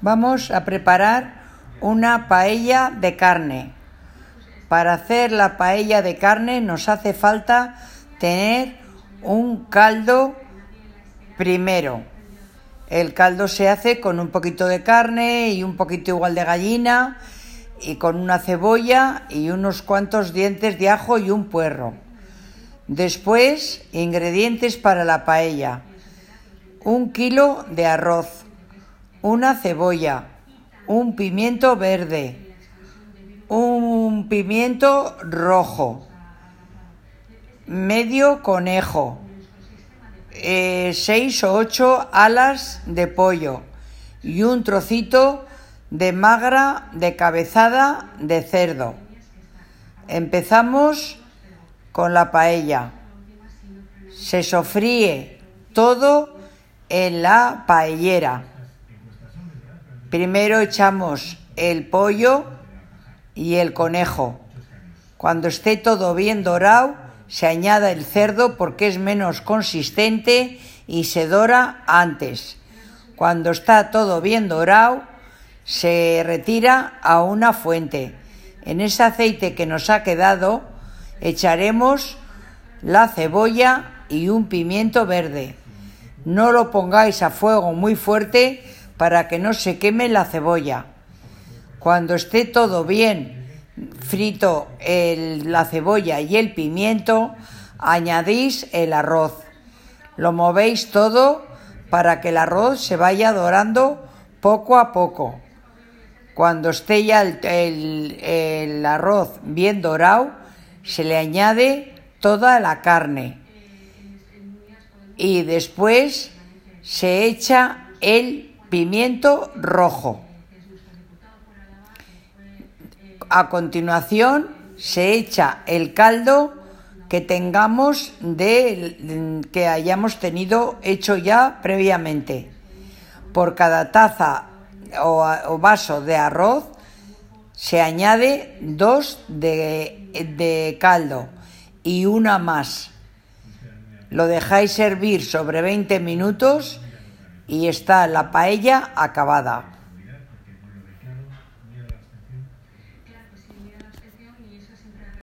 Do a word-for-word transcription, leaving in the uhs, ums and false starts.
Vamos a preparar una paella de carne. Para hacer la paella de carne nos hace falta tener un caldo primero. El caldo se hace con un poquito de carne y un poquito igual de gallina y con una cebolla y unos cuantos dientes de ajo y un puerro. Después, ingredientes para la paella: un kilo de arroz, una cebolla, un pimiento verde, un pimiento rojo, medio conejo, eh, seis o ocho alas de pollo y un trocito de magra de cabezada de cerdo. Empezamos con la paella. Se sofríe todo en la paellera. Primero echamos el pollo y el conejo. Cuando esté todo bien dorado, se añade el cerdo porque es menos consistente y se dora antes. Cuando está todo bien dorado, se retira a una fuente. En ese aceite que nos ha quedado, echaremos la cebolla y un pimiento verde. No lo pongáis a fuego muy fuerte para que no se queme la cebolla. Cuando esté todo bien frito el, la cebolla y el pimiento, añadís el arroz. Lo movéis todo para que el arroz se vaya dorando poco a poco. Cuando esté ya el, el, el arroz bien dorado, se le añade toda la carne y después se echa el pimiento rojo. A continuación se echa el caldo que tengamos de que hayamos tenido hecho ya previamente. Por cada taza o, o vaso de arroz se añade dos de, de caldo y una más. Lo dejáis hervir sobre veinte minutos y está la paella acabada.